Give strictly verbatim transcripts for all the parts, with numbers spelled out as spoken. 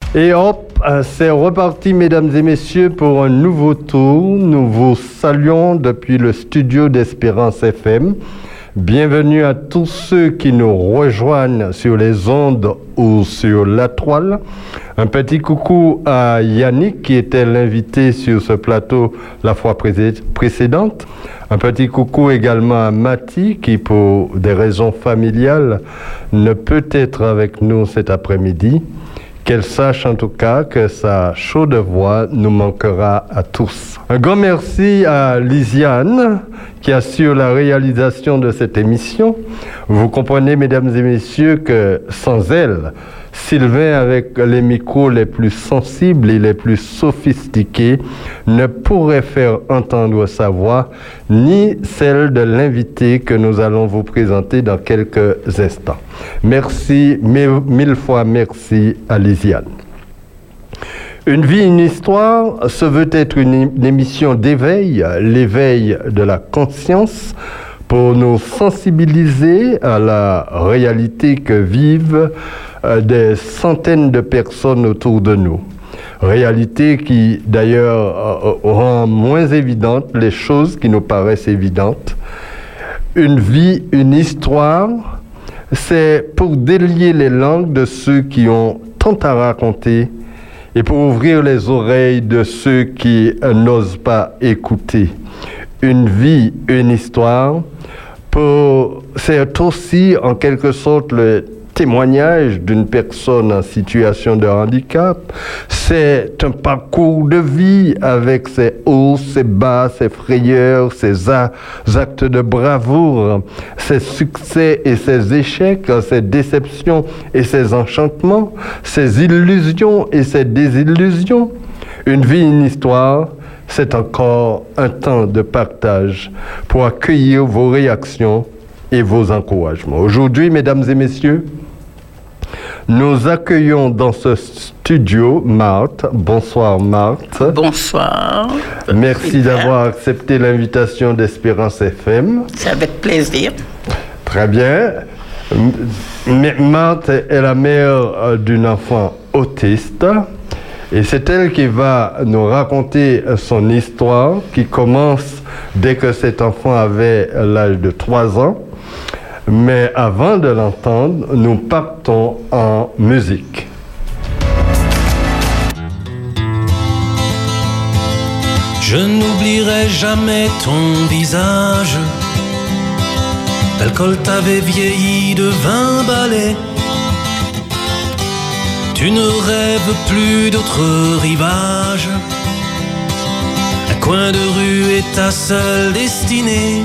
Et hop, c'est reparti, mesdames et messieurs, pour un nouveau tour. Nous vous saluons depuis le studio d'Espérance F M. Bienvenue à tous ceux qui nous rejoignent sur les ondes ou sur la toile. Un petit coucou à Yannick qui était l'invité sur ce plateau la fois précédente. Un petit coucou également à Mati qui, pour des raisons familiales, ne peut être avec nous cet après-midi. Qu'elle sache en tout cas que sa chaude voix nous manquera à tous. Un grand merci à Lisiane qui assure la réalisation de cette émission. Vous comprenez, mesdames et messieurs, que sans elle, Sylvain, avec les micros les plus sensibles et les plus sophistiqués, ne pourrait faire entendre sa voix, ni celle de l'invité que nous allons vous présenter dans quelques instants. Merci, mille fois merci à Lisiane. Une vie, une histoire se veut être une, une émission d'éveil, l'éveil de la conscience, pour nous sensibiliser à la réalité que vivent euh, des centaines de personnes autour de nous. Réalité qui, d'ailleurs, euh, rend moins évidentes les choses qui nous paraissent évidentes. Une vie, une histoire, c'est pour délier les langues de ceux qui ont tant à raconter et pour ouvrir les oreilles de ceux qui euh, n'osent pas écouter. Une vie, une histoire, pour, c'est aussi en quelque sorte le témoignage d'une personne en situation de handicap. C'est un parcours de vie avec ses hauts, ses bas, ses frayeurs, ses actes de bravoure, ses succès et ses échecs, ses déceptions et ses enchantements, ses illusions et ses désillusions. Une vie, une histoire, c'est encore un temps de partage pour accueillir vos réactions et vos encouragements. Aujourd'hui, mesdames et messieurs, nous accueillons dans ce studio Marthe. Bonsoir Marthe. Bonsoir. Merci Super. D'avoir accepté l'invitation d'Espérance F M. C'est avec plaisir. Très bien. Marthe est la mère d'une enfant autiste. Et c'est elle qui va nous raconter son histoire, qui commence dès que cet enfant avait l'âge de trois ans. Mais avant de l'entendre, nous partons en musique. Je n'oublierai jamais ton visage. L'alcool t'avait vieilli de vingt balais. Tu ne rêves plus d'autre rivage. Un coin de rue est ta seule destinée.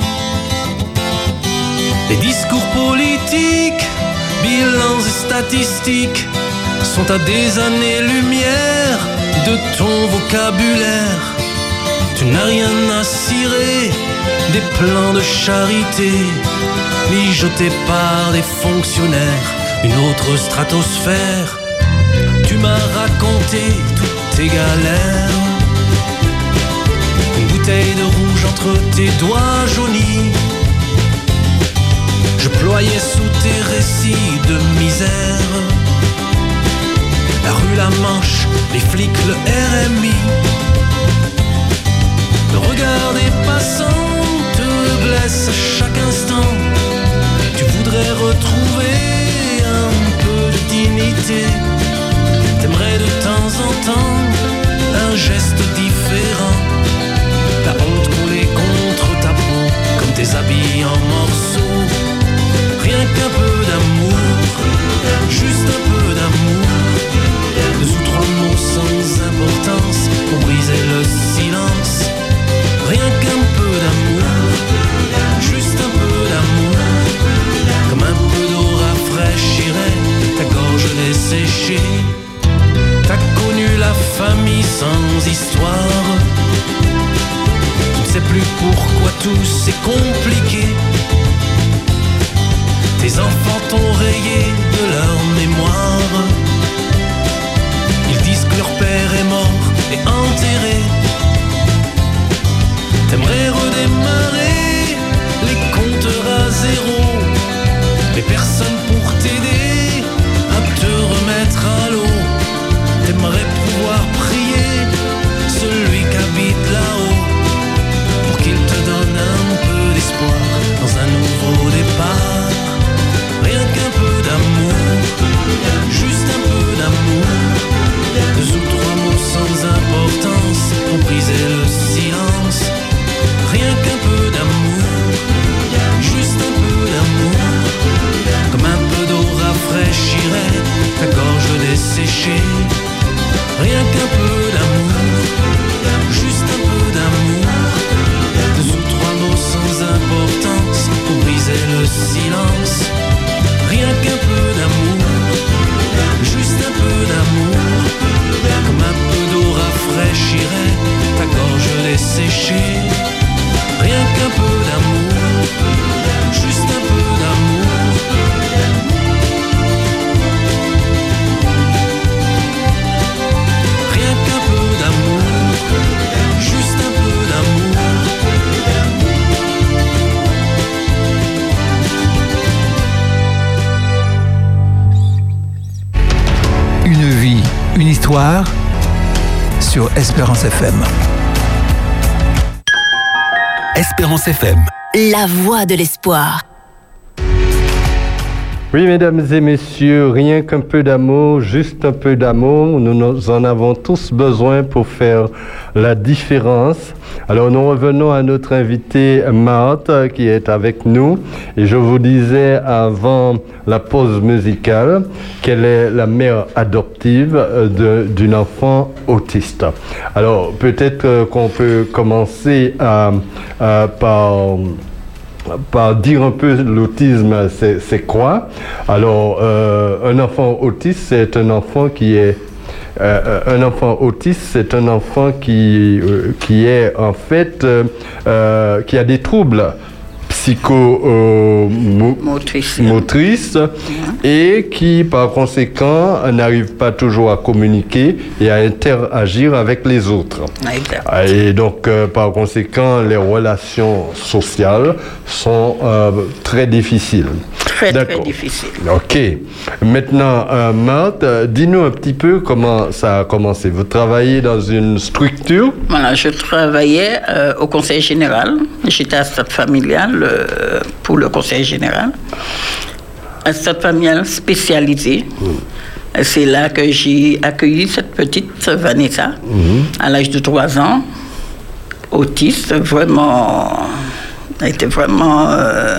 Les discours politiques, bilans et statistiques sont à des années-lumière de ton vocabulaire. Tu n'as rien à cirer des plans de charité mijotés par des fonctionnaires, une autre stratosphère. Tu m'as raconté toutes tes galères. Une bouteille de rouge entre tes doigts jaunis. Je ployais sous tes récits de misère. La rue, la Manche, les flics, le R M I. Le regard des passants te blesse à chaque instant. Tu voudrais retrouver un peu de dignité. T'aimerais de temps en temps un geste différent. La honte coulée contre ta peau comme tes habits en morceaux. Rien qu'un peu d'amour, juste un peu d'amour. Deux ou trois mots sans importance pour briser le silence. Rien qu'un peu d'amour, juste un peu d'amour. Comme un peu d'eau rafraîchirait ta gorge desséchée. T'as connu la famille sans histoire. Tu ne sais plus pourquoi tout c'est compliqué. Tes enfants t'ont rayé de leur mémoire. Ils disent que leur père est mort et enterré. T'aimerais redémarrer les compteurs à zéro. Mais personne pour t'aider à te remettre à l'eau. Tes rien qu'un peu d'amour, juste un peu d'amour, deux ou trois mots sans importance pour briser le silence, rien qu'un peu d'amour, juste un peu d'amour, comme un peu d'eau rafraîchirait ta gorge desséchée, rien qu'un peu d'amour, juste un peu d'amour. Rien qu'un peu d'amour, juste un peu d'amour. Une vie, une histoire sur Espérance F M. Espérance F M. La voix de l'espoir. Oui, mesdames et messieurs, rien qu'un peu d'amour, juste un peu d'amour, nous en avons tous besoin pour faire la différence. Alors, nous revenons à notre invitée Marthe qui est avec nous. Et je vous disais avant la pause musicale qu'elle est la mère adoptive de, d'une enfant autiste. Alors, peut-être qu'on peut commencer à, à, par... par dire un peu l'autisme, c'est, c'est quoi? Alors, euh, un enfant autiste, c'est un enfant qui est... Euh, un enfant autiste, c'est un enfant qui, euh, qui est en fait... Euh, euh, qui a des troubles psychomotrices euh, mmh. et qui, par conséquent, n'arrive pas toujours à communiquer et à interagir avec les autres. Exact. Et donc, euh, par conséquent, les relations sociales sont euh, très difficiles. Très, D'accord. très difficile. OK. Maintenant, euh, Marthe, dis-nous un petit peu comment ça a commencé. Vous travaillez dans une structure? Voilà, je travaillais euh, au conseil général. J'étais à stade familial euh, pour le conseil général. Un stade familial spécialisé. Mmh. C'est là que j'ai accueilli cette petite Vanessa, mmh. à l'âge de trois ans, autiste, vraiment... Elle était vraiment... Euh,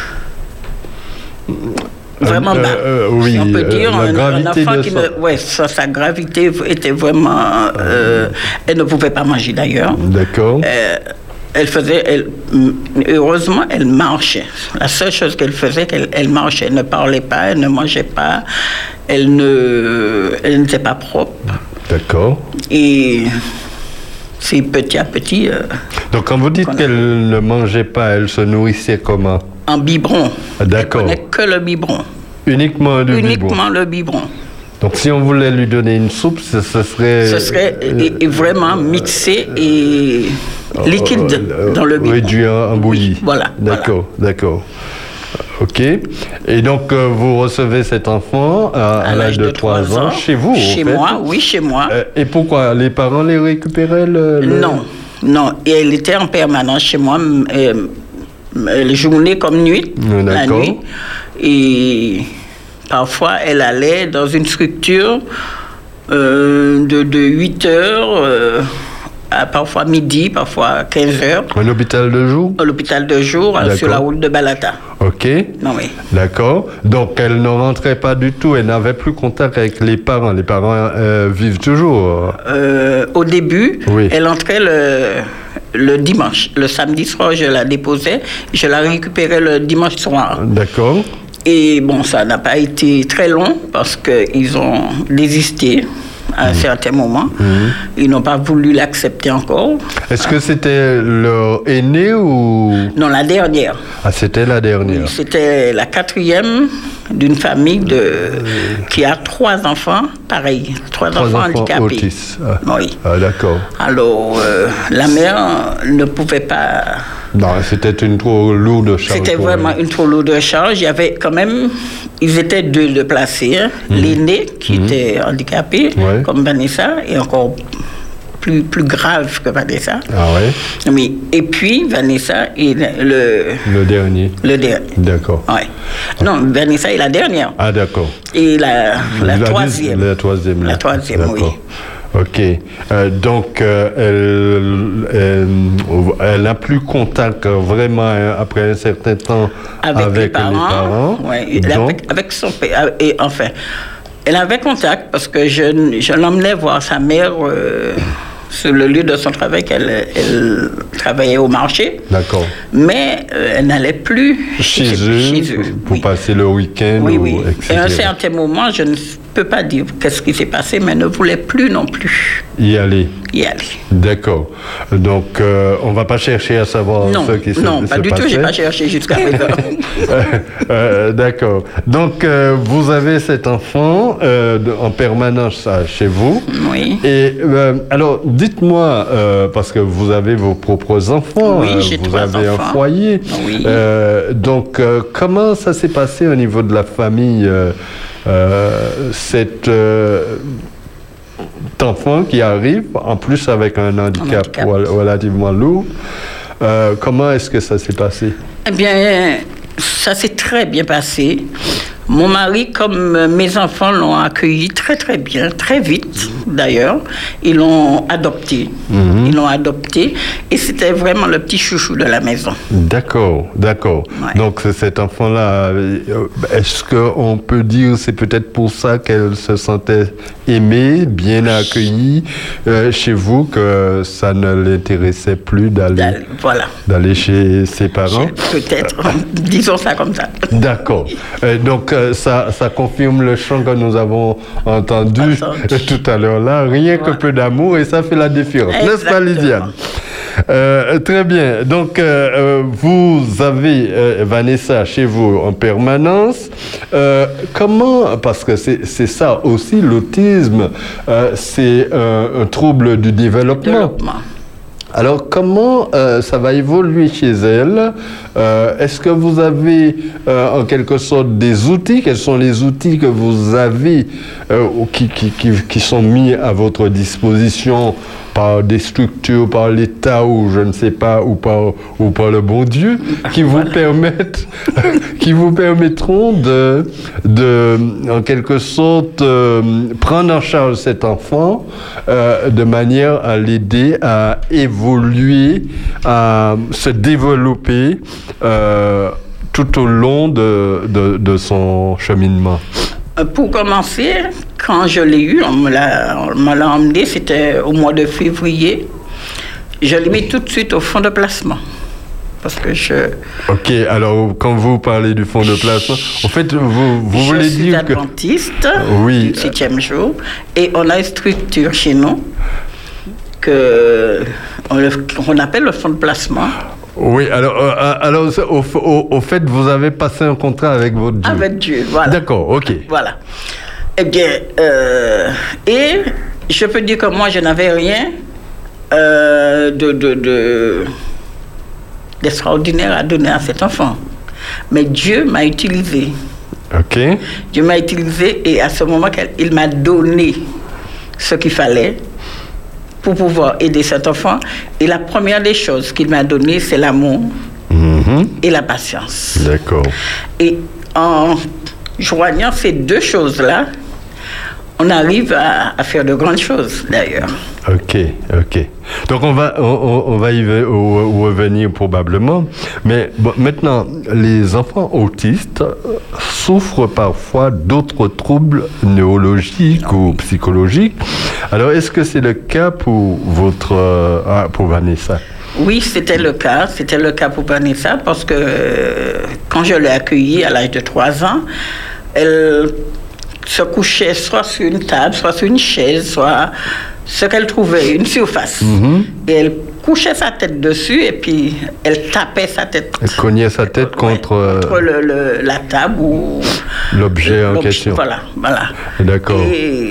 Vraiment bas, euh, euh, oui, si on peut dire, euh, un, un enfant qui ne, ouais, sa, sa gravité était vraiment, euh, elle ne pouvait pas manger d'ailleurs. D'accord. Euh, elle faisait, elle, heureusement, elle marchait. La seule chose qu'elle faisait, qu'elle elle marchait, elle ne parlait pas, elle ne mangeait pas, elle ne, elle n'était pas propre. D'accord. Et c'est petit à petit. Euh, Donc, quand vous dites qu'elle a... ne mangeait pas, elle se nourrissait comment? En biberon. D'accord. Elle prenait que le biberon. Uniquement le Uniquement biberon. Uniquement le biberon. Donc, si on voulait lui donner une soupe, ce, ce serait... Ce serait euh, et, et vraiment mixé et liquide euh, euh, dans le biberon. Réduit en bouillie. Voilà. D'accord, voilà. d'accord. OK. Et donc, euh, vous recevez cet enfant à, à, à l'âge de trois ans, ans chez vous? Chez moi, oui, chez moi. Euh, et pourquoi? Les parents les récupéraient le, le... Non, non. Et elle était en permanence chez moi. Euh, les journées comme nuit, D'accord. la nuit. Et parfois, elle allait dans une structure euh, de, de huit heures euh, à parfois midi, parfois quinze heures. Un hôpital de jour? À l'hôpital de jour, euh, sur la route de Balata. OK. Non, oui. D'accord. Donc, elle ne rentrait pas du tout, elle n'avait plus contact avec les parents. Les parents euh, vivent toujours? euh, Au début, oui. Elle entrait le... le dimanche. Le samedi soir, je la déposais. Je la récupérais le dimanche soir. D'accord. Et bon, ça n'a pas été très long parce qu'ils ont désisté à un mmh. certain moment. Mmh. Ils n'ont pas voulu l'accepter encore. Est-ce que c'était leur aîné ou... Non, la dernière. Ah, c'était la dernière. Oui, c'était la quatrième d'une famille de... qui a trois enfants, pareil, trois, trois enfants, enfants handicapés. Autistes. Ah. Oui. Ah, d'accord. Alors, euh, la mère ne pouvait pas... Non, c'était une trop lourde charge. C'était vraiment elle. une trop lourde charge. Il y avait quand même... Ils étaient deux de placés. Hein. Mmh. L'aîné, qui mmh. était handicapé, ouais. comme Vanessa, et encore plus, plus grave que Vanessa. Ah ouais? Mais, et puis, Vanessa est le... Le dernier. Le dernier. D'accord. Ouais. Non, Vanessa est la dernière. Ah, d'accord. Et la, la, la troisième. La troisième. La troisième, d'accord. oui. OK. Euh, donc, euh, elle, elle, elle n'a plus contact euh, vraiment euh, après un certain temps avec, avec les parents. Les parents. Ouais, donc, avec, avec son père. Et enfin, Elle avait contact parce que je, je l'emmenais voir sa mère euh, sur le lieu de son travail, qu'elle elle travaillait au marché. D'accord. Mais euh, elle n'allait plus Chez, chez, eux, chez eux. pour Oui. passer le week-end, Oui, ou, oui. et cetera. Et à un certain moment, je ne peux pas dire qu'est-ce qui s'est passé, mais ne voulait plus non plus Y aller. y aller. D'accord. Donc, euh, on ne va pas chercher à savoir Non, ce qui se, non, pas se du passait. tout, je n'ai pas cherché jusqu'à présent. Euh, euh, D'accord. Donc, euh, vous avez cet enfant euh, de- en permanence à- chez vous. Oui. Et euh, alors, dites-moi, euh, parce que vous avez vos propres enfants, Oui, euh, j'ai vous trois avez enfants. un foyer. Oui. Euh, donc, euh, comment ça s'est passé au niveau de la famille, euh, euh, cet euh, enfant qui arrive, en plus avec un handicap, handicap. rel- relativement lourd? Euh, comment est-ce que ça s'est passé? Eh bien, ça s'est très bien passé. Mon mari, comme euh, mes enfants l'ont accueilli très très bien, très vite d'ailleurs, ils l'ont adopté. Mhm. Ils l'ont adopté et c'était vraiment le petit chouchou de la maison. D'accord, d'accord. Ouais. Donc c'est cet enfant-là, euh, est-ce qu'on peut dire c'est peut-être pour ça qu'elle se sentait aimée, bien accueillie euh, chez vous, que ça ne l'intéressait plus d'aller D'aller- Voilà. d'aller chez ses parents? Peut-être, disons ça comme ça. D'accord. Euh, donc euh, ça, ça confirme le chant que nous avons entendu Entendu. tout à l'heure là. Rien que Ouais. peu d'amour et ça fait la différence. N'est-ce pas, Exactement. Lydiane? Euh, très bien. Donc, euh, euh, vous avez euh, Vanessa chez vous en permanence. Euh, comment, parce que c'est c'est ça aussi, l'autisme, euh, c'est un, un trouble du développement. Développement. Alors, comment euh, ça va évoluer chez elle? Euh, Est-ce que vous avez euh, en quelque sorte des outils? Quels sont les outils que vous avez euh, ou qui, qui, qui, qui sont mis à votre disposition par des structures, par l'État ou je ne sais pas, ou par, ou par le bon Dieu, qui vous permettent, qui vous permettront de, de en quelque sorte, euh, prendre en charge cet enfant euh, de manière à l'aider à évoluer, à se développer euh, tout au long de, de, de son cheminement. Euh, Pour commencer, quand je l'ai eu, on me l'a on me l'a emmené, c'était au mois de février. Je l'ai mis tout de suite au fond de placement. Parce que je, Ok, alors quand vous parlez du fond de placement, en fait, vous, vous je voulez suis dire que... adventiste Oui. du septième jour. Et on a une structure chez nous que on, le- qu'on appelle le fond de placement. Oui, alors, euh, alors au, au, au fait, vous avez passé un contrat avec votre Dieu. Avec Dieu, voilà. D'accord, ok. Voilà. Eh bien, euh, et je peux dire que moi, je n'avais rien euh, de, de, de- d'extraordinaire à donner à cet enfant. Mais Dieu m'a utilisé. Ok. Dieu m'a utilisé et à ce moment, il m'a donné ce qu'il fallait pour pouvoir aider cet enfant. Et la première des choses qu'il m'a donné, c'est l'amour Mhm. et la patience. D'accord. Et en joignant ces deux choses-là, on arrive à, à faire de grandes choses, d'ailleurs. Ok, ok. Donc on va, on, on va y ve- au- au revenir probablement. Mais bon, maintenant, les enfants autistes euh, souffrent parfois d'autres troubles neurologiques ou psychologiques. Alors est-ce que c'est le cas pour votre, euh, ah, pour Vanessa? Oui, c'était le cas. C'était le cas pour Vanessa parce que euh, quand je l'ai accueillie à l'âge de trois ans, elle se couchait soit sur une table, soit sur une chaise, soit ce qu'elle trouvait, une surface. Mhm. Et elle couchait sa tête dessus et puis elle tapait sa tête. Elle cognait sa tête contre, euh, contre le- le- la table ou l'objet en l'objet. question. Voilà, voilà. D'accord. Et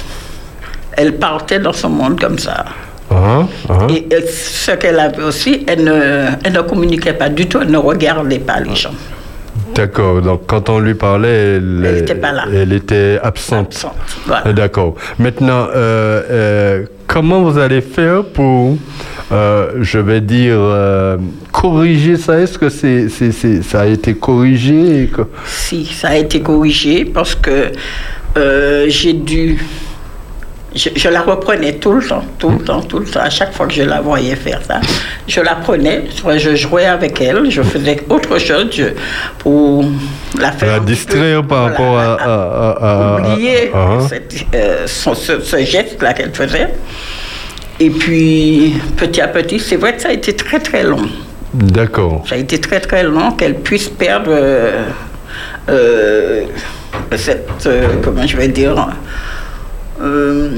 elle partait dans son monde comme ça. Ah, ah. Et, et ce qu'elle avait aussi, elle ne, elle ne communiquait pas du tout, elle ne regardait pas les gens. D'accord. Donc, quand on lui parlait, elle, Elle était pas là. elle était absente. Absente, voilà. D'accord. Maintenant, euh, euh, comment vous allez faire pour, euh, je vais dire, euh, corriger ça? Est-ce que c'est, c'est, c'est- ça a été corrigé et que- Si, ça a été corrigé parce que euh, j'ai dû... Je, je la reprenais tout le temps, tout le temps, tout le temps. À chaque fois que je la voyais faire ça, je la prenais, soit je jouais avec elle, je faisais autre chose je- pour la faire La distraire peu, par voilà, rapport à, à, à, à oublier à, à, cette, euh, son, ce, ce geste-là qu'elle faisait. Et puis, petit à petit, c'est vrai que ça a été très très long. D'accord. Ça a été très très long qu'elle puisse perdre euh, euh, cette, euh, comment je vais dire, euh,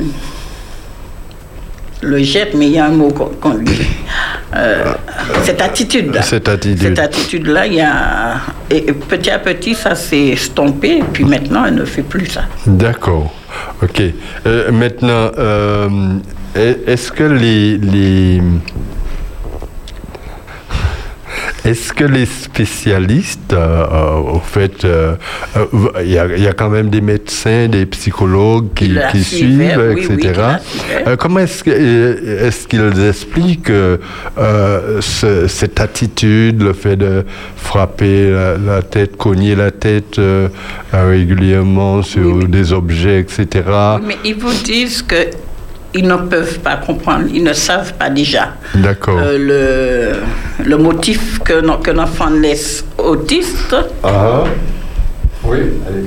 le jet, mais il y a un mot qu'on, qu'on dit. Euh, cette attitude-là. Cette attitude. Cette attitude-là, il y a, et petit à petit, ça s'est estompé, et puis maintenant, elle ne fait plus ça. D'accord. Ok. Euh, maintenant, euh, est-ce que les, les Est-ce que les spécialistes, euh, euh, au fait, il euh, euh, y, y a quand même des médecins, des psychologues qui, qui suivent, oui, et cetera. Oui, euh, comment est-ce, que, est-ce qu'ils expliquent euh, ce, cette attitude, le fait de frapper la, la tête, cogner la tête euh, régulièrement sur oui, oui. des objets, et cetera. Oui, mais ils vous disent que ils ne peuvent pas comprendre, ils ne savent pas déjà D'accord. Euh, le, le motif que, no, que l'enfant laisse autiste. Ah, oui, allez.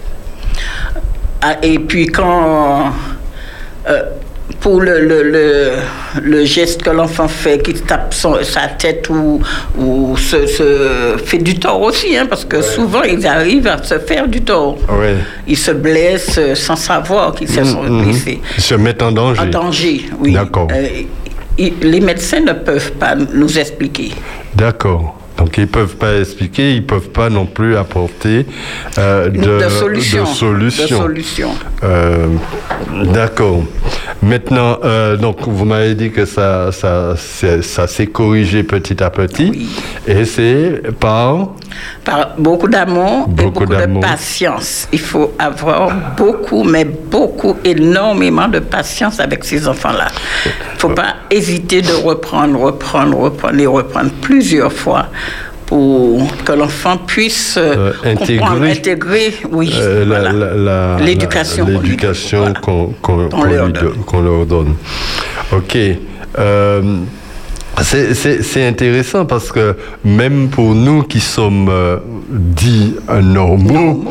Ah, et puis quand, euh, pour le, le, le, le geste que l'enfant fait, qui tape son, sa tête ou, ou se, se fait du tort aussi, hein, parce que ouais. souvent ils arrivent à se faire du tort. Ouais. Ils se blessent sans savoir qu'ils se sont mmh, blessés. Ils se mettent en danger. En danger, oui. D'accord. Euh, ils, les médecins ne peuvent pas nous expliquer. D'accord. Donc ils ne peuvent pas expliquer, ils ne peuvent pas non plus apporter euh, de, de solutions. De solution. De solution. Euh, d'accord. Maintenant, euh, donc vous m'avez dit que ça, ça, ça s'est corrigé petit à petit. Oui. Et c'est par Par beaucoup d'amour beaucoup et beaucoup d'amour. de patience. Il faut avoir beaucoup, mais beaucoup, énormément de patience avec ces enfants-là. Il ne faut pas hésiter de reprendre, reprendre, reprendre et reprendre plusieurs fois pour que l'enfant puisse euh, intégrer, intégrer oui, euh, voilà, la, la, l'éducation, la, l'éducation voilà, qu'on, qu'on, qu'on, leur lui donne. qu'on leur donne. OK. Euh, C'est, c'est, c'est intéressant parce que même pour nous qui sommes euh, dits euh, normaux,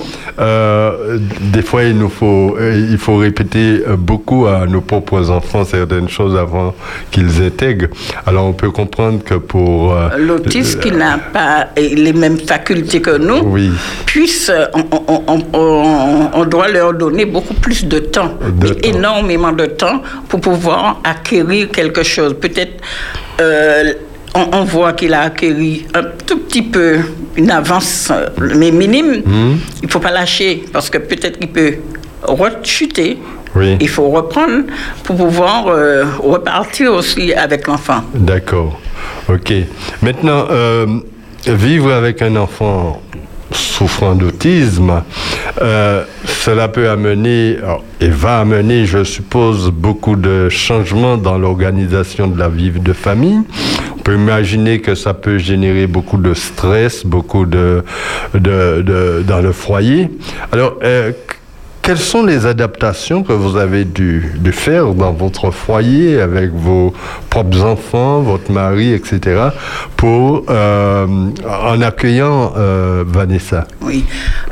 euh, des fois il nous faut, euh, il faut répéter euh, beaucoup à nos propres enfants certaines choses avant qu'ils intègrent. Alors on peut comprendre que pour euh, l'autiste euh, qui n'a pas les mêmes facultés que nous, oui. puisse, on, on, on, on, on doit leur donner beaucoup plus de temps, de temps. énormément de temps pour pouvoir acquérir quelque chose. Peut-être Euh, on, on voit qu'il a acquis un tout petit peu une avance, mais minime. Mmh. Il ne faut pas lâcher parce que peut-être qu'il peut rechuter. Oui. Il faut reprendre pour pouvoir euh, repartir aussi avec l'enfant. D'accord. OK. Maintenant, euh, vivre avec un enfant souffrant d'autisme, euh, cela peut amener, alors, et va amener, je suppose, beaucoup de changements dans l'organisation de la vie de famille. On peut imaginer que ça peut générer beaucoup de stress, beaucoup de, de, de dans le foyer. Alors, euh, quelles sont les adaptations que vous avez dû, dû faire dans votre foyer avec vos propres enfants, votre mari, et cetera, pour, euh, en accueillant euh, Vanessa? Oui.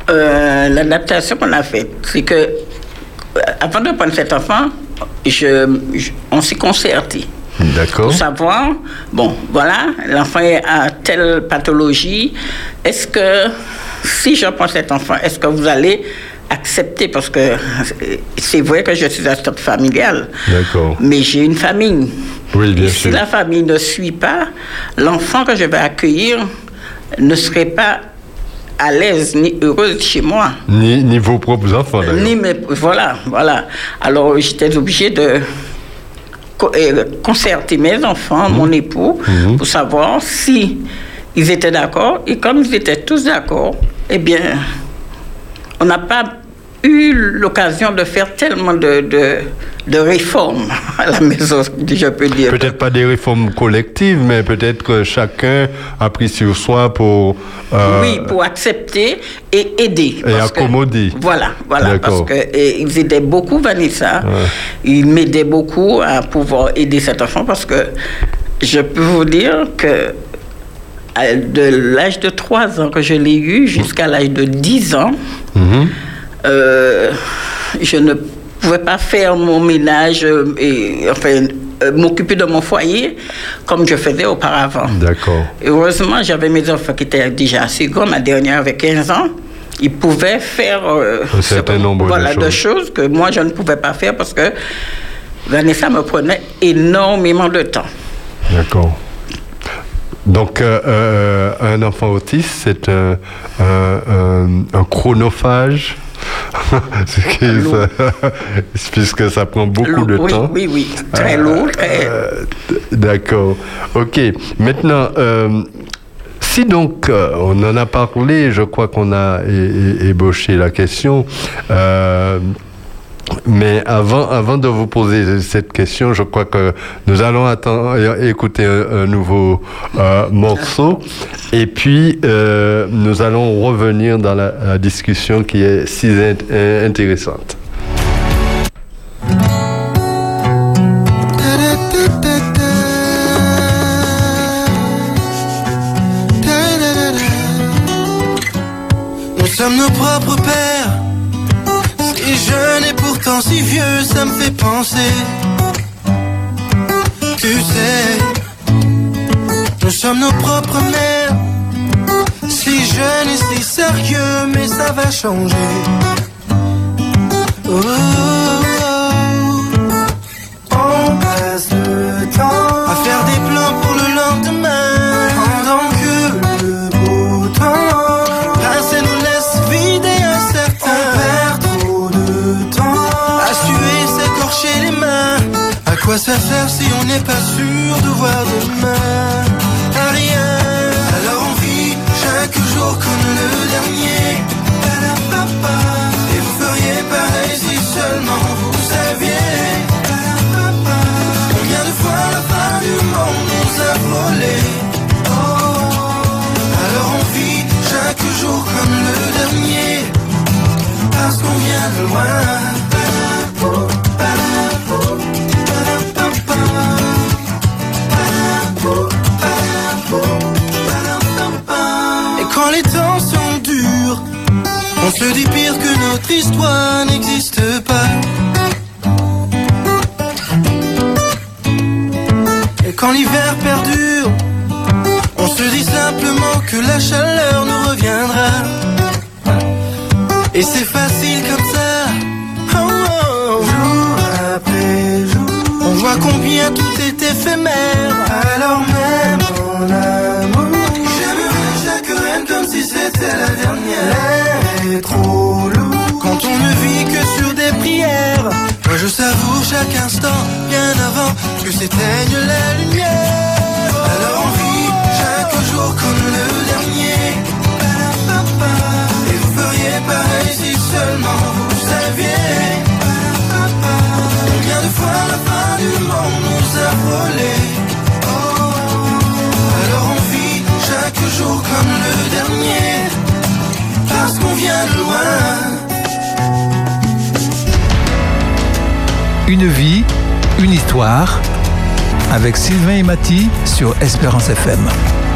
Euh, l'adaptation qu'on a faite, c'est que, avant de prendre cet enfant, je, je, on s'est concerté. D'accord. Pour savoir, bon, voilà, l'enfant a telle pathologie. Est-ce que, si je prends cet enfant, est-ce que vous allez accepter, parce que c'est vrai que je suis assistante familiale. D'accord. Mais j'ai une famille. Oui, bien Et sûr. si la famille ne suit pas, l'enfant que je vais accueillir ne serait pas à l'aise ni heureuse chez moi. Ni, ni vos propres enfants, d'ailleurs. Ni mes, voilà, voilà. Alors j'étais obligée de concerter mes enfants, mmh. mon époux, mmh. pour savoir si ils étaient d'accord. Et comme ils étaient tous d'accord, eh bien, on n'a pas eu l'occasion de faire tellement de, de, de réformes à la maison, je peux dire. Peut-être pas des réformes collectives, mais peut-être que chacun a pris sur soi pour... Euh, oui, pour accepter et aider. Et accommoder. Que, voilà, voilà. D'accord. Parce qu'ils aidaient beaucoup, Vanessa. Ouais. Ils m'aidaient beaucoup à pouvoir aider cet enfant parce que je peux vous dire que de l'âge de trois ans que je l'ai eu jusqu'à l'âge de dix ans, mmh. euh, je ne pouvais pas faire mon ménage et enfin euh, m'occuper de mon foyer comme je faisais auparavant. D'accord. Heureusement, j'avais mes enfants qui étaient déjà assez grands. Ma dernière avait quinze ans. Ils pouvaient faire euh, un certain ce, nombre voilà, de, choses. de choses que moi, je ne pouvais pas faire parce que Vanessa me prenait énormément de temps. D'accord. Donc, euh, euh, un enfant autiste, c'est un, un, un, un chronophage, puisque ça prend beaucoup lourd, de oui, temps. Oui, oui, très euh, lourd. Très... Euh, d'accord. OK. Maintenant, euh, si donc, euh, on en a parlé, je crois qu'on a é- é- ébauché la question, euh, mais avant, avant de vous poser cette question, je crois que nous allons attendre, écouter un, un nouveau euh, morceau et puis euh, nous allons revenir dans la, la discussion qui est si int- intéressante. Nous sommes nos propres pères. Si jeune et pourtant si vieux, ça me fait penser. Tu sais, nous sommes nos propres mères. Si jeune et si sérieux, mais ça va changer. Oh, oh, oh. On passe le temps à faire des plans pour le lendemain, pendant que le beau temps passe et nous laisse vider un certain. On perd trop de temps à suer, s'écorcher les mains. À quoi ça sert si on n'est pas sûr de voir demain? À rien. Alors on vit chaque jour comme le dernier. Et vous feriez pareil si seulement vous saviez. Combien de fois la fin du monde nous a volé. Alors on vit chaque jour comme le dernier, parce qu'on vient de loin. Et quand les temps sont durs, on se dit pire que notre histoire n'existe pas. Et quand l'hiver perdure, on se dit simplement que la chaleur nous reviendra. Et c'est facile comme ça, oh, oh. Jour après jour, on voit combien tout est éphémère. Alors même en amour, j'aimerais chaque reine comme si c'était la dernière. L'air est trop lourd quand on ne vit que sur des prières. Moi je savoure chaque instant bien avant que s'éteigne la lumière. Alors on vit chaque jour comme le dernier. Et vous feriez pareil si seulement vous saviez. Combien de fois la fin du monde nous a volé. Alors on vit chaque jour comme le dernier, parce qu'on vient de loin. Une vie, une histoire, avec Sylvain et Mathie sur Espérance F M.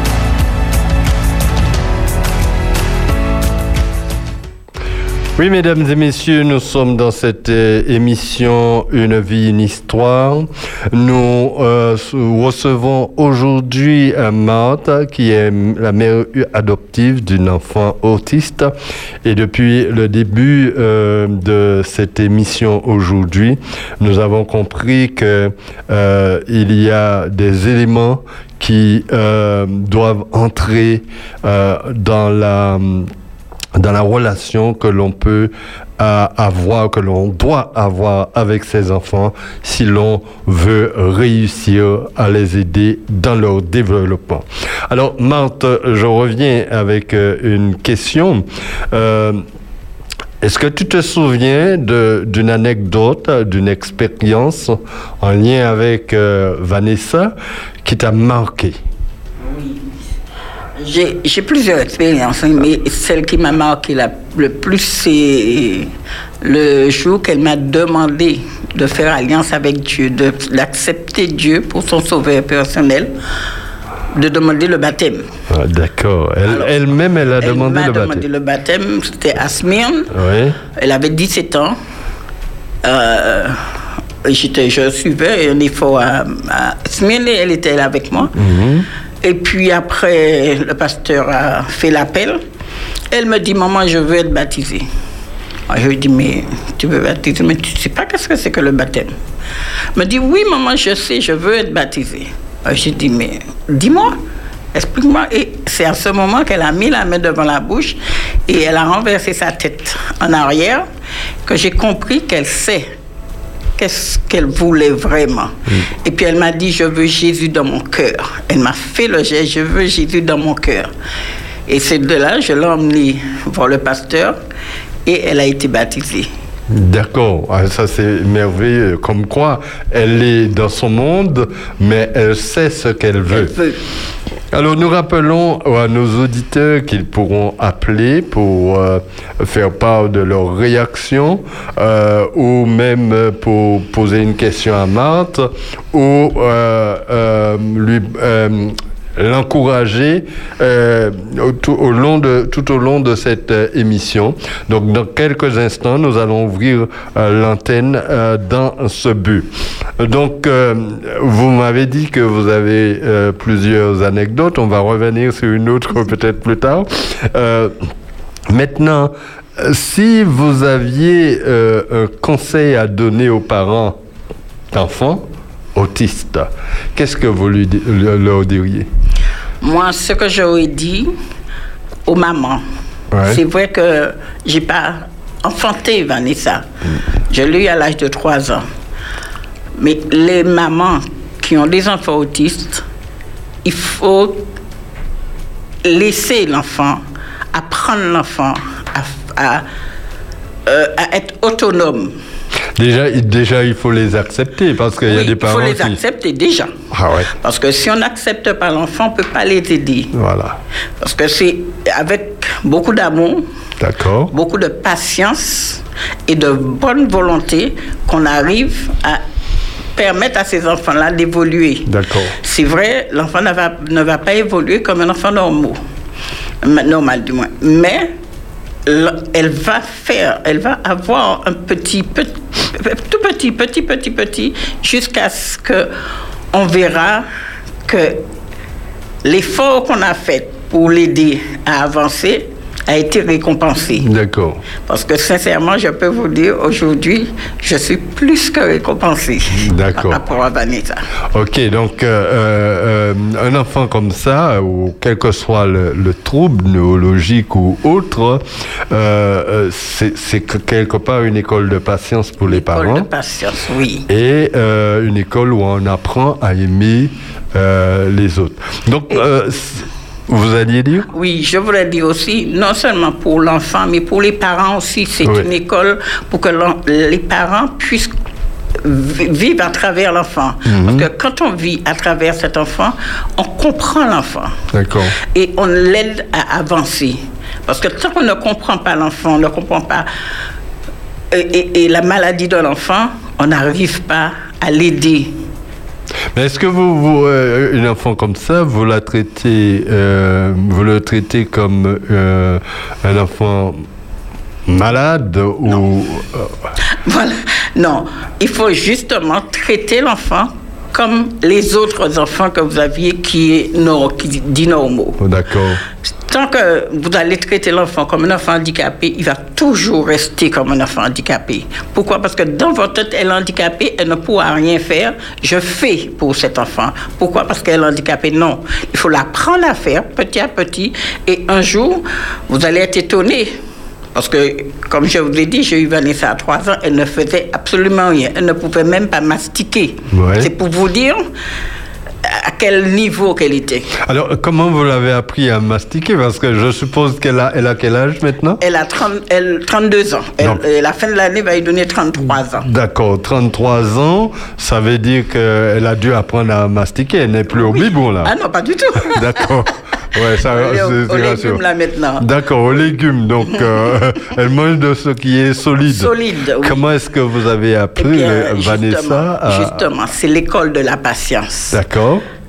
Oui, mesdames et messieurs, nous sommes dans cette euh, émission Une vie, une histoire. Nous euh, recevons aujourd'hui euh, Marthe, qui est la mère adoptive d'une enfant autiste. Et depuis le début euh, de cette émission aujourd'hui, nous avons compris que euh, il y a des éléments qui euh, doivent entrer euh, dans la dans la relation que l'on peut euh, avoir, que l'on doit avoir avec ses enfants si l'on veut réussir à les aider dans leur développement. Alors, Marthe, je reviens avec euh, une question. Euh, Est-ce que tu te souviens de, d'une anecdote, d'une expérience en lien avec euh, Vanessa qui t'a marqué? J'ai, j'ai plusieurs expériences, mais celle qui m'a marqué la, le plus, c'est le jour qu'elle m'a demandé de faire alliance avec Dieu, de, d'accepter Dieu pour son sauveur personnel. de demander le baptême. Ah, d'accord. Elle, Alors, elle-même, elle a elle demandé m'a le baptême. demandé le baptême. C'était à Smyrne. Oui. Elle avait dix-sept ans. Euh, j'étais, je suivais un effort à, à Smyrne et elle était là avec moi. Mm-hmm. Et puis après, le pasteur a fait l'appel. Elle me dit, maman, je veux être baptisée. Alors, je lui dis, mais tu veux baptiser, mais tu ne sais pas qu'est-ce que c'est que le baptême. Elle me dit, oui, maman, je sais, je veux être baptisée. Alors, j'ai dit, mais dis-moi, explique-moi. Et c'est à ce moment qu'elle a mis la main devant la bouche et elle a renversé sa tête en arrière que j'ai compris qu'elle sait qu'est-ce qu'elle voulait vraiment. Mmh. Et puis elle m'a dit, je veux Jésus dans mon cœur. Elle m'a fait le geste, je veux Jésus dans mon cœur. Et c'est de là, je l'ai emmenée voir le pasteur et elle a été baptisée. D'accord, ça c'est merveilleux. Comme quoi, elle est dans son monde, mais elle sait ce qu'elle veut. Elle veut. Alors nous rappelons à nos auditeurs qu'ils pourront appeler pour euh, faire part de leur réaction euh, ou même pour poser une question à Marthe ou euh, euh, lui... Euh, l'encourager euh, tout, au long de, tout au long de cette euh, émission. Donc, dans quelques instants, nous allons ouvrir euh, l'antenne euh, dans ce but. Donc, euh, vous m'avez dit que vous avez euh, plusieurs anecdotes. On va revenir sur une autre peut-être plus tard. Euh, maintenant, si vous aviez euh, un conseil à donner aux parents d'enfants autistes, qu'est-ce que vous lui, leur diriez? Moi, ce que j'aurais dit aux mamans, ouais. C'est vrai que j'ai pas enfanté Vanessa. Mm. Je l'ai eu à l'âge de trois ans. Mais les mamans qui ont des enfants autistes, il faut laisser l'enfant, apprendre l'enfant à, à, euh, à être autonome. Déjà, déjà, il faut les accepter parce qu'il oui, y a des parents qui... il faut les accepter qui... déjà. Ah ouais. Parce que si on n'accepte pas l'enfant, on ne peut pas les aider. Voilà. Parce que c'est avec beaucoup d'amour, d'accord, beaucoup de patience et de bonne volonté qu'on arrive à permettre à ces enfants-là d'évoluer. D'accord. C'est vrai, l'enfant ne va, ne va pas évoluer comme un enfant normal, normal du moins. Mais elle va faire, elle va avoir un petit, petit tout petit, petit, petit, petit, jusqu'à ce qu'on verra que l'effort qu'on a fait pour l'aider à avancer a été récompensé. D'accord. Parce que sincèrement, je peux vous dire, aujourd'hui, je suis plus que récompensé. D'accord. Par rapport à Vanessa. Ok, donc euh, euh, un enfant comme ça, ou quel que soit le, le trouble neurologique ou autre, euh, c'est, c'est quelque part une école de patience pour les parents. Une école de patience, oui. Et euh, une école où on apprend à aimer euh, les autres. Donc, Et... euh, vous alliez dire? Oui, je voulais dire aussi, non seulement pour l'enfant, mais pour les parents aussi, c'est oui. une école pour que les parents puissent vivre à travers l'enfant. Mm-hmm. Parce que quand on vit à travers cet enfant, on comprend l'enfant. D'accord. Et on l'aide à avancer. Parce que tant qu'on ne comprend pas l'enfant, on ne comprend pas et, et, et la maladie de l'enfant, on n'arrive pas à l'aider. Mais est-ce que vous, vous euh, une enfant comme ça, vous la traitez, euh, vous le traitez comme euh, un enfant malade non. ou euh... Voilà, non. Il faut justement traiter l'enfant comme les autres enfants que vous aviez qui est no, qui dit normaux. Oh, d'accord. Tant que vous allez traiter l'enfant comme un enfant handicapé, il va toujours rester comme un enfant handicapé. Pourquoi? Parce que dans votre tête, elle est handicapée, elle ne pourra rien faire. Je fais pour cet enfant. Pourquoi? Parce qu'elle est handicapée. Non. Il faut l'apprendre à faire petit à petit. Et un jour, vous allez être étonné. Parce que, comme je vous l'ai dit, j'ai eu Vanessa à trois ans, elle ne faisait absolument rien. Elle ne pouvait même pas mastiquer. Ouais. C'est pour vous dire à quel niveau qu'elle était. Alors, comment vous l'avez appris à mastiquer? Parce que je suppose qu'elle a, elle a quel âge maintenant? Elle a trente, elle, trente-deux ans. Elle, la fin de l'année va lui donner trente-trois ans. D'accord, trente-trois ans, ça veut dire qu'elle a dû apprendre à mastiquer. Elle n'est plus oui. au biberon, là. Ah non, pas du tout. D'accord. Ouais, ça, c'est, c'est aux légumes, là, maintenant. D'accord, aux légumes. Donc, euh, elle mange de ce qui est solide. Solide, oui. Comment est-ce que vous avez appris, bien, Vanessa justement, à... Justement, c'est l'école de la patience. D'accord.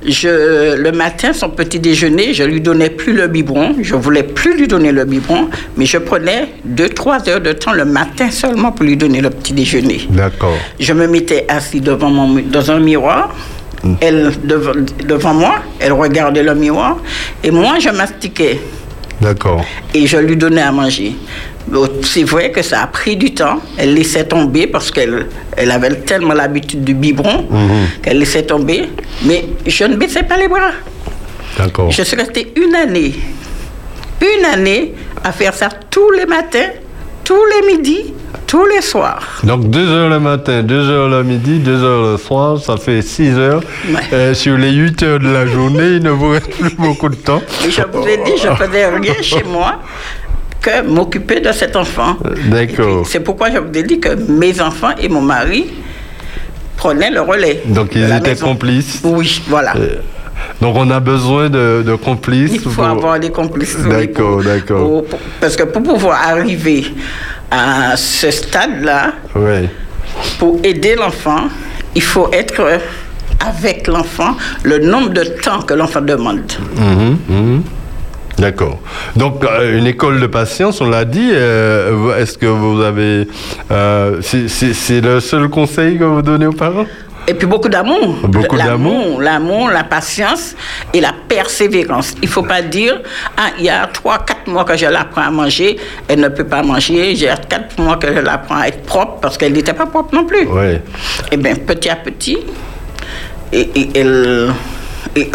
je, le matin, son petit déjeuner, je lui donnais plus le biberon. Je voulais plus lui donner le biberon, mais je prenais deux, trois heures de temps le matin seulement pour lui donner le petit déjeuner. D'accord. Je me mettais assis devant mon, dans un miroir. Mmh. Elle, devant, devant moi, elle regardait le miroir. Et moi, je mastiquais. D'accord. Et je lui donnais à manger. C'est vrai que ça a pris du temps. Elle laissait tomber parce qu'elle elle avait tellement l'habitude du biberon mmh. qu'elle laissait tomber. Mais je ne baissais pas les bras. D'accord. Je suis restée une année, une année à faire ça tous les matins, tous les midis, tous les soirs. Donc deux heures le matin, deux heures le midi, deux heures le soir, ça fait six heures. Ouais. Euh, sur les huit heures de la journée, il ne vous reste plus beaucoup de temps. Et je vous ai dit, je ne faisais rien chez moi que m'occuper de cet enfant. D'accord. C'est pourquoi je vous ai dit que mes enfants et mon mari prenaient le relais. Donc ils étaient maison. Complices. Oui, voilà. Euh, donc on a besoin de, de complices. Il faut pour... avoir des complices. D'accord, pour, d'accord. Pour, pour, parce que pour pouvoir arriver à ce stade-là, ouais. pour aider l'enfant, il faut être avec l'enfant le nombre de temps que l'enfant demande. Mmh, mmh. D'accord. Donc, euh, une école de patience, on l'a dit, euh, est-ce que vous avez... Euh, c'est, c'est, c'est le seul conseil que vous donnez aux parents ? Et puis beaucoup d'amour. Beaucoup l'amour, d'amour. L'amour, la patience et la persévérance. Il ne faut pas dire, ah, il y a trois, quatre mois que je l'apprends à manger, elle ne peut pas manger. Il y a quatre mois que je l'apprends à être propre parce qu'elle n'était pas propre non plus. Oui. Eh bien, petit à petit, et, et, elle... Et,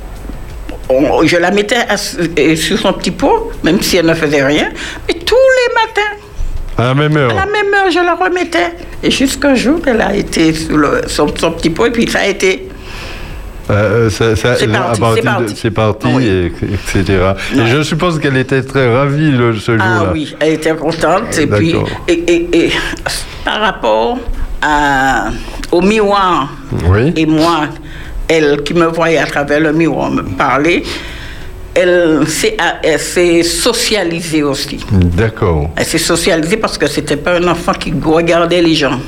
On, je la mettais à, sur son petit pot, même si elle ne faisait rien, mais tous les matins. À la même heure. À la même heure, je la remettais. Et jusqu'un jour, elle a été sur le, son, son petit pot, et puis ça a été. Euh, ça, ça, c'est, parti, c'est, parti. De, c'est parti, oui. et, et cetera. Et je suppose qu'elle était très ravie le, ce jour-là. Ah oui, elle était contente. Et puis, et, et, et par rapport à, au miroir, oui. et moi, elle qui me voyait à travers le miroir me parler, elle s'est, elle s'est socialisée aussi. D'accord. Elle s'est socialisée parce que c'était pas un enfant qui regardait les gens.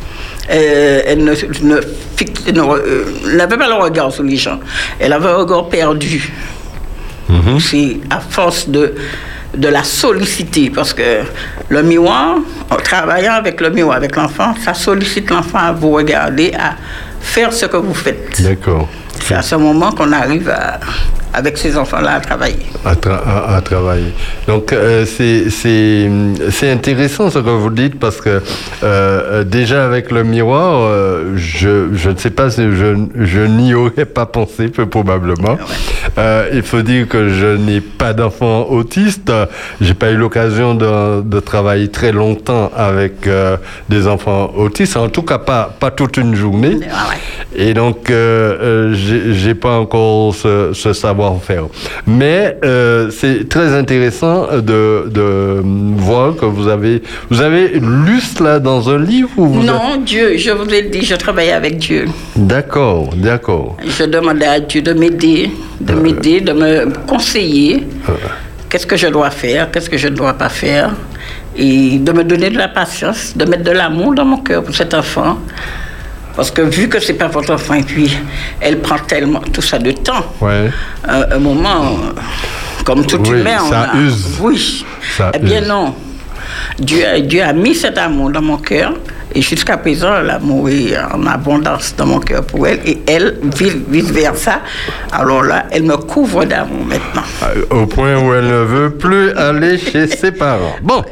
Euh, elle ne, ne, ne, euh, n'avait pas le regard sur les gens. Elle avait un regard perdu. Mm-hmm. C'est à force de, de la solliciter, parce que le miroir, en travaillant avec le miroir, avec l'enfant, ça sollicite l'enfant à vous regarder, à faire ce que vous faites. D'accord. C'est à ce moment qu'on arrive à, avec ces enfants-là à travailler. À, tra- à, à travailler. Donc, euh, c'est, c'est, c'est intéressant ce que vous dites parce que euh, déjà avec le miroir, euh, je, je ne sais pas si je, je n'y aurais pas pensé, peu probablement. Ouais. Euh, il faut dire que je n'ai pas d'enfant autiste. J'ai pas eu l'occasion de, de travailler très longtemps avec euh, des enfants autistes, en tout cas pas, pas toute une journée. Ouais. Et donc, euh, euh, j'ai, j'ai pas encore ce, ce savoir-faire. Mais euh, c'est très intéressant de, de voir que vous avez, vous avez lu cela dans un livre ou vous Non, avez... Dieu, je vous ai dit, je travaillais avec Dieu. D'accord, d'accord. Je demandais à Dieu de m'aider, de euh... m'aider, de me conseiller. Euh... Qu'est-ce que je dois faire, qu'est-ce que je ne dois pas faire. Et de me donner de la patience, de mettre de l'amour dans mon cœur pour cet enfant. Parce que vu que c'est pas votre enfant, et puis elle prend tellement tout ça de temps. Ouais. Euh, un moment, comme toute oui, humain, on ça a... use. Oui. Ça eh bien use. non. Dieu, Dieu a mis cet amour dans mon cœur. Et jusqu'à présent, l'amour est en abondance dans mon cœur pour elle. Et elle, vice-versa. Alors là, elle me couvre d'amour maintenant. Au point où elle ne veut plus aller chez ses parents. Bon.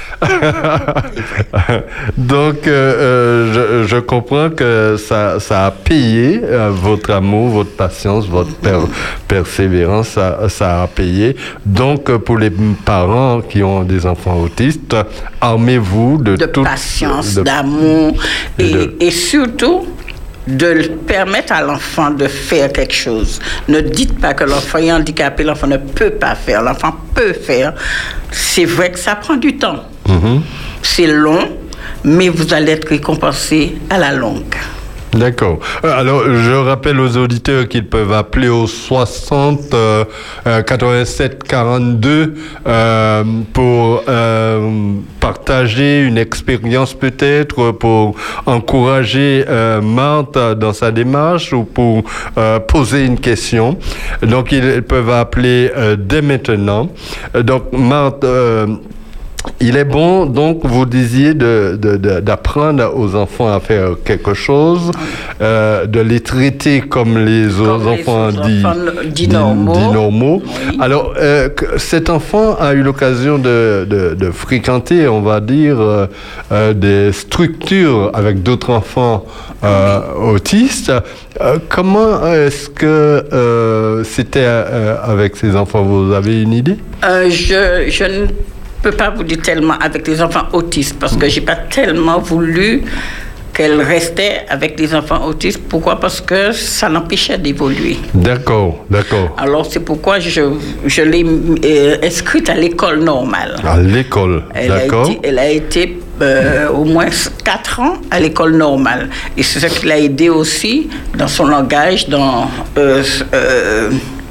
Donc, euh, je, je comprends que ça, ça a payé euh, votre amour, votre patience, votre per, persévérance, ça, ça a payé. Donc, pour les parents qui ont des enfants autistes, armez-vous de, de toute, patience, de, d'amour et, de... et surtout de permettre à l'enfant de faire quelque chose. Ne dites pas que l'enfant est handicapé, l'enfant ne peut pas faire, l'enfant peut faire. C'est vrai que ça prend du temps. Mm-hmm. C'est long, mais vous allez être récompensé à la longue. D'accord. Alors, je rappelle aux auditeurs qu'ils peuvent appeler au soixante euh, euh, quatre-vingt-sept quarante-deux euh, pour euh, partager une expérience peut-être, pour encourager euh, Marthe dans sa démarche ou pour euh, poser une question. Donc, ils peuvent appeler euh, dès maintenant. Donc, Marthe... Euh, Il est bon, donc, vous disiez, de, de, de, d'apprendre aux enfants à faire quelque chose, euh, de les traiter comme les comme enfants les dits, enfants dits normaux. Dits normaux. Oui. Alors, euh, cet enfant a eu l'occasion de, de, de fréquenter, on va dire, euh, euh, des structures avec d'autres enfants euh, oui. autistes. Euh, comment est-ce que euh, c'était euh, avec ces enfants? Vous avez une idée? euh, Je, je ne Je ne peux pas vous dire tellement avec les enfants autistes parce que je n'ai pas tellement voulu qu'elle restait avec les enfants autistes. Pourquoi? Parce que ça l'empêchait d'évoluer. D'accord, d'accord. Alors c'est pourquoi je, je l'ai euh, inscrite à l'école normale. À l'école, elle d'accord. A été, elle a été euh, au moins quatre ans à l'école normale. Et c'est ça qui l'a aidé aussi dans son langage, dans... Euh, euh,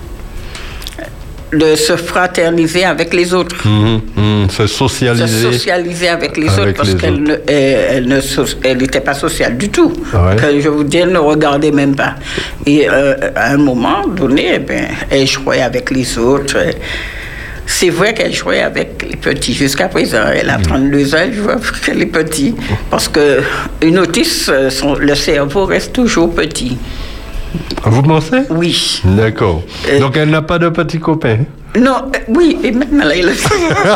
de se fraterniser avec les autres. Mmh, mmh, se socialiser. Se socialiser avec les avec autres parce les qu'elle autres. ne, elle, elle elle n'était pas sociale du tout. Ouais. Que je vous dis, elle ne regardait même pas. Et euh, à un moment donné, eh bien, elle jouait avec les autres. C'est vrai qu'elle jouait avec les petits jusqu'à présent. Elle a trente-deux ans, elle joue avec les petits. Parce qu'une autiste, son, le cerveau reste toujours petit. Vous pensez? Oui. D'accord. Euh, Donc elle n'a pas de petits copains? Non, euh, oui, et maintenant elle est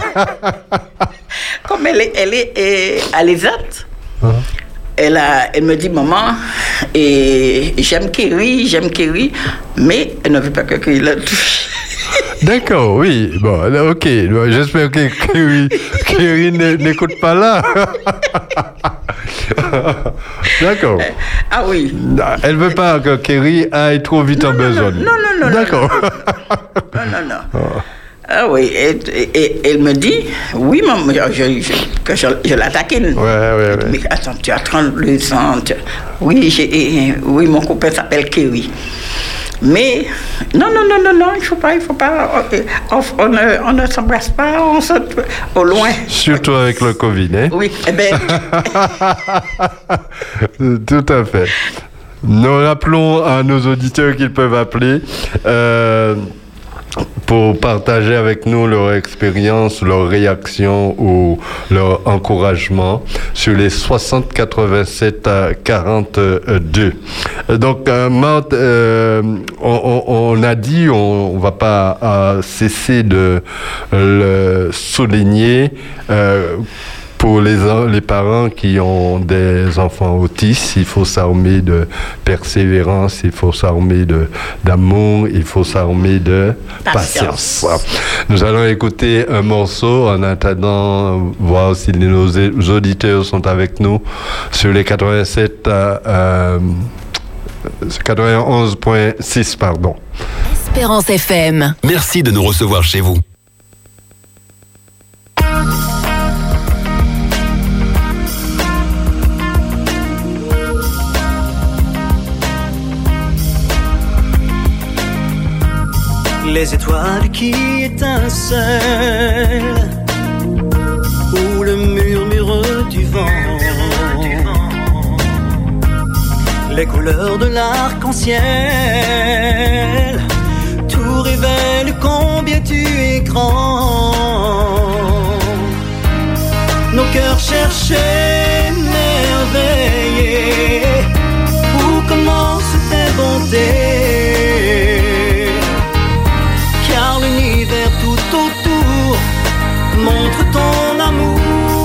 comme elle est, elle est, est à l'E S A T, uh-huh. elle, a, elle me dit, maman, et j'aime Kerry, j'aime Kerry, mais elle ne veut pas que Kerry la touche. D'accord, oui. Bon, ok. J'espère que Kerry, Kerry n'écoute pas là. D'accord. Euh, ah oui. Elle veut pas que Kerry aille trop vite non, en non, besogne. Non, non, non. D'accord. Non, non, non. Oh. Ah oui, et, et, et elle me dit, oui, maman, je, je, que je, je la taquine. Ouais, ouais, ouais. Mais attends, tu as trente-deux ans. Tu... Oui, j'ai, oui, mon copain s'appelle Kerry. Mais non, non, non, non, non, il ne faut pas, il faut pas. On, on, ne, on ne s'embrasse pas, on se, au loin. Surtout avec le Covid, hein? Oui, eh bien. Tout à fait. Nous rappelons à nos auditeurs qu'ils peuvent appeler euh, pour partager avec nous leur expérience, leur réaction ou leur encouragement sur les soixante quatre-vingt-sept quarante-deux. Donc, euh, Marthe, euh, on, on a dit, on ne va pas euh, cesser de le souligner, euh, pour les, les parents qui ont des enfants autistes, il faut s'armer de persévérance, il faut s'armer de, d'amour, il faut s'armer de patience. patience. Nous allons écouter un morceau en attendant, voir si nos auditeurs sont avec nous sur les quatre-vingt-sept, euh, quatre-vingt-onze virgule six, pardon. Espérance F M. Merci de nous recevoir chez vous. Les étoiles qui étincellent, ou le murmure du vent, les couleurs de l'arc-en-ciel, tout révèle combien tu es grand. Nos cœurs cherchaient, émerveillés, où commence tes bontés. L'univers tout autour montre ton amour.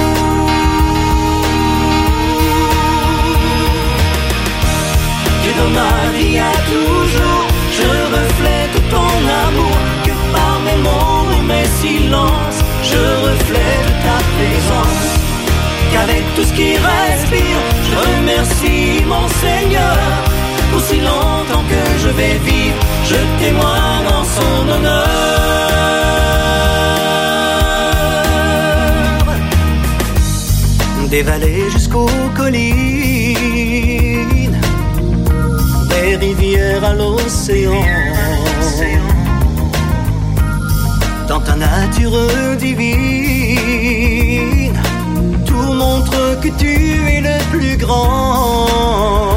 Tu dans ma vie à toujours, je reflète ton amour. Que par mes mots et mes silences, je reflète ta présence. Qu'avec tout ce qui respire, je remercie mon Seigneur. Aussi longtemps que je vais vivre, je témoigne en son honneur. Des vallées jusqu'aux collines, des rivières à l'océan. Dans ta nature divine, tout montre que tu es le plus grand.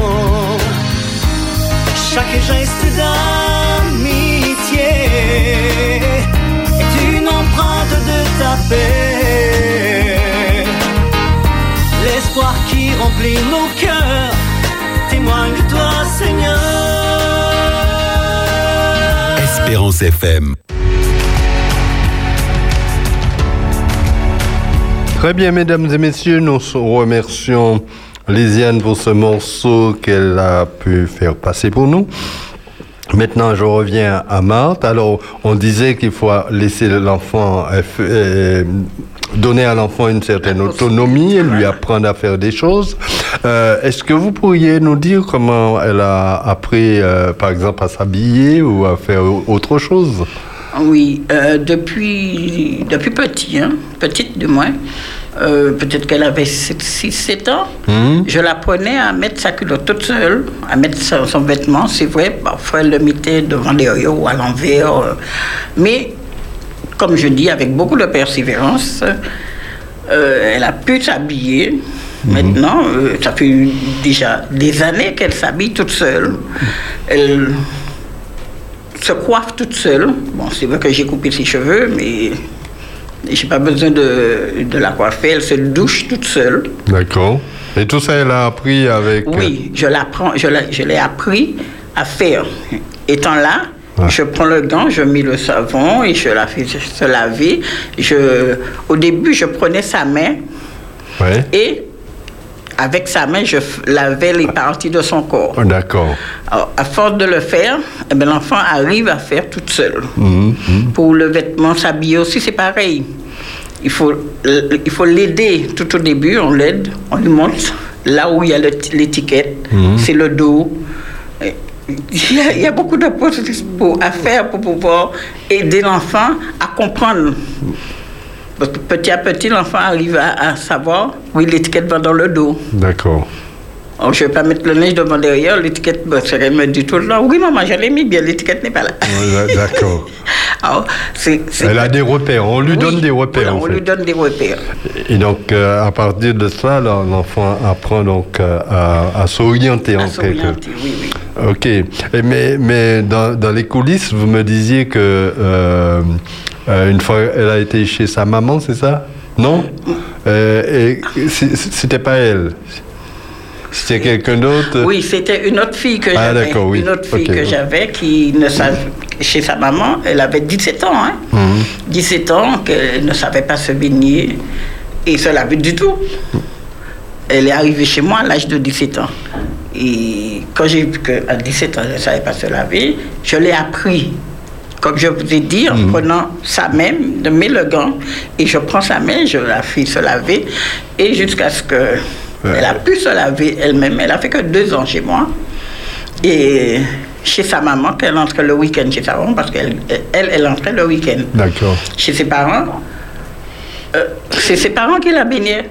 Chaque geste d'amitié est une empreinte de ta paix. L'espoir qui remplit nos cœurs témoigne de toi, Seigneur. Espérance F M. Très bien, mesdames et messieurs, nous remercions Lisiane pour ce morceau qu'elle a pu faire passer pour nous. Maintenant, je reviens à Marthe. Alors, on disait qu'il faut laisser l'enfant, euh, donner à l'enfant une certaine autonomie et lui apprendre à faire des choses. Euh, est-ce que vous pourriez nous dire comment elle a appris, euh, par exemple, à s'habiller ou à faire autre chose? Oui, euh, depuis, depuis petit, hein, petite du moins, euh, peut-être qu'elle avait six sept ans, mmh. je l'apprenais à mettre sa culotte toute seule, à mettre son, son vêtement, c'est vrai, parfois elle le mettait devant derrière ou à l'envers, euh, mais comme je dis, avec beaucoup de persévérance, euh, elle a pu s'habiller. Mmh. Maintenant, euh, ça fait déjà des années qu'elle s'habille toute seule. Elle se coiffe toute seule. Bon, c'est vrai que j'ai coupé ses cheveux, mais j'ai pas besoin de, de la coiffer. Elle se douche toute seule. D'accord. Et tout ça, elle a appris avec... Oui, je l'apprends, je l'ai, je l'ai appris à faire. Étant là, ah. je prends le gant, je mets le savon et je la fais se laver. Je, au début, je prenais sa main ouais. et avec sa main, je lavais les parties de son corps. Oh, d'accord. Alors, à force de le faire, eh bien, l'enfant arrive à faire toute seule. Mmh, mmh. Pour le vêtement, s'habiller aussi, c'est pareil. Il faut, il faut l'aider tout au début, on l'aide, on lui montre là où il y a l'étiquette, mmh. c'est le dos. Il y, a, il y a beaucoup de choses à faire pour pouvoir aider l'enfant à comprendre. Parce que petit à petit, l'enfant arrive à, à savoir, oui, l'étiquette va dans le dos. D'accord. Alors, je ne vais pas mettre le linge devant derrière, l'étiquette, elle me dit tout le temps, oui, maman, je l'ai mis bien, l'étiquette n'est pas là. Oui, d'accord. Alors, c'est, c'est... Elle a des repères, on lui oui, donne des repères. Voilà, en on fait. lui donne des repères. Et donc, euh, à partir de ça, l'enfant apprend donc euh, à, à s'orienter à en s'orienter, quelque... oui, oui. Ok. Et mais mais dans, dans les coulisses, vous me disiez que euh, euh, une fois, elle a été chez sa maman, c'est ça? Non? euh, Et c'était pas elle? C'était quelqu'un d'autre? Oui, c'était une autre fille que ah, j'avais. D'accord, oui. Une autre fille okay, que oui. j'avais qui ne savait, chez sa maman, elle avait dix-sept ans, hein. Mm-hmm. dix-sept ans, qu'elle ne savait pas se baigner et se laver du tout. Elle est arrivée chez moi à l'âge de dix-sept ans. Et quand j'ai vu qu'à dix-sept ans, elle ne savait pas se laver, je l'ai appris. Comme je vous ai dit, en mmh. prenant sa main, je mets le gant, et je prends sa main, je la fais se laver, et jusqu'à ce qu'elle ouais. a pu se laver elle-même. Elle a fait que deux ans chez moi. Et chez sa maman, qu'elle entre le week-end chez sa maman, parce qu'elle, elle, elle entrait le week-end. D'accord. Chez ses parents, euh, c'est ses parents qui la baignaient.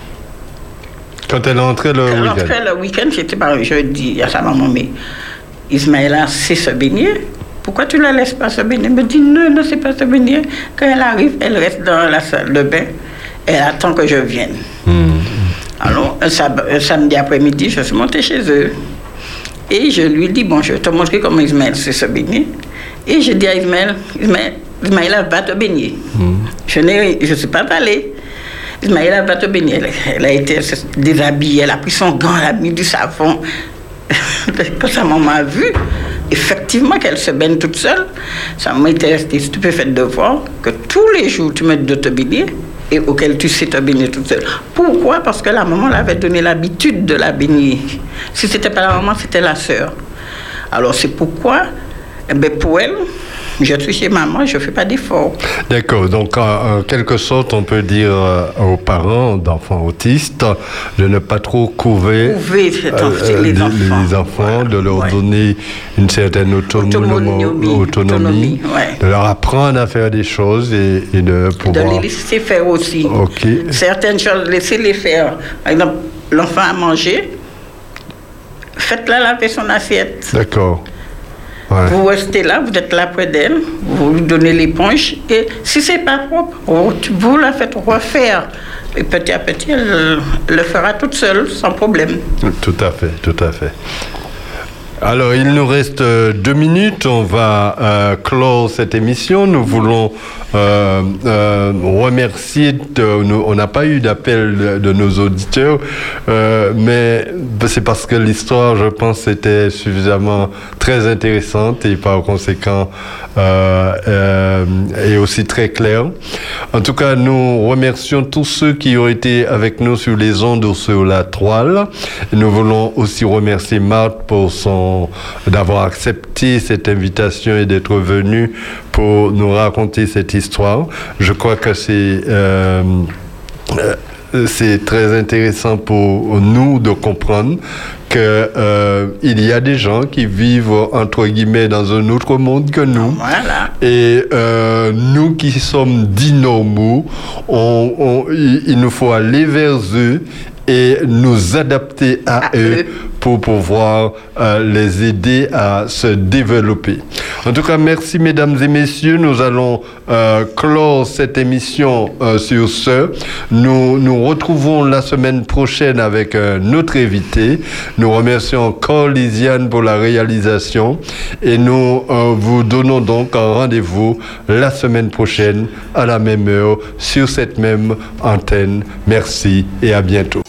Quand elle entrait le week-end. Elle entrait le week-end, c'était pareil. Je dis à sa maman, mais Ismaïla sait se baigner. Pourquoi tu ne la laisses pas se baigner? Elle me dit, non, elle ne sait pas se baigner. Quand elle arrive, elle reste dans la salle de bain. Elle attend que je vienne. Mmh. Alors, un, sab- un samedi après-midi, je suis montée chez eux. Et je lui dis, bon, je vais te montrer comment Ismaël sait se baigner. Et je dis à Ismaël, Ismaël, Ismaïla va te baigner. Mmh. Je ne suis pas allée. Ismaïla va te baigner. Elle, elle a été déshabillée, elle a pris son gant, elle a mis du savon. Quand sa maman a vu, effectivement, qu'elle se baigne toute seule, ça m'a été resté stupéfaite de voir que tous les jours, tu m'aides de te baigner et auquel tu sais te baigner toute seule. Pourquoi? Parce que la maman l'avait donné l'habitude de la baigner. Si ce n'était pas la maman, c'était la sœur. Alors, c'est pourquoi, eh bien, pour elle, je suis chez maman, je ne fais pas d'effort. D'accord, donc en, en quelque sorte, on peut dire euh, aux parents d'enfants autistes de ne pas trop couver couver euh, les, les enfants, les enfants voilà. de leur ouais. donner une certaine autonomie, autonomie, autonomie ouais. de leur apprendre à faire des choses et, et de pouvoir... De les laisser faire aussi. Okay. Certaines choses, laisser les faire. Par exemple, l'enfant a mangé, faites-la laver son assiette. D'accord. Ouais. Vous restez là, vous êtes là près d'elle, vous lui donnez l'éponge et si c'est pas propre, vous la faites refaire. Et petit à petit, elle le fera toute seule, sans problème. Tout à fait, tout à fait. Alors, il nous reste deux minutes. On va euh, clore cette émission. Nous voulons euh, euh, remercier. De, nous, on n'a pas eu d'appel de, de nos auditeurs, euh, mais c'est parce que l'histoire, je pense, était suffisamment très intéressante et par conséquent euh, euh, et aussi très claire. En tout cas, nous remercions tous ceux qui ont été avec nous sur les ondes ou sur la toile. Et nous voulons aussi remercier Marthe pour son d'avoir accepté cette invitation et d'être venu pour nous raconter cette histoire. Je crois que c'est euh, euh, c'est très intéressant pour nous de comprendre qu'il euh, y a des gens qui vivent entre guillemets dans un autre monde que nous. Voilà. Et euh, nous qui sommes dits normaux, on, on, il, il nous faut aller vers eux et nous adapter à, à eux, eux pour pouvoir euh, les aider à se développer. En tout cas, merci mesdames et messieurs. Nous allons euh, clore cette émission euh, sur ce. Nous nous retrouvons la semaine prochaine avec euh, notre invité. Nous remercions encore Lisiane pour la réalisation et nous euh, vous donnons donc un rendez-vous la semaine prochaine à la même heure sur cette même antenne. Merci et à bientôt.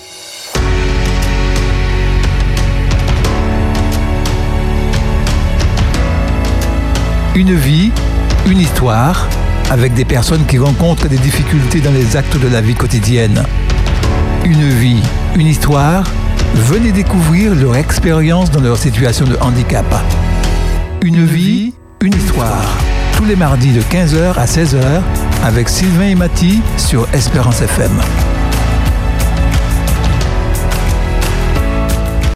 Une vie, une histoire, avec des personnes qui rencontrent des difficultés dans les actes de la vie quotidienne. Une vie, une histoire, venez découvrir leur expérience dans leur situation de handicap. Une vie, une histoire, tous les mardis de quinze heures à seize heures avec Sylvain et Mathie sur Espérance F M.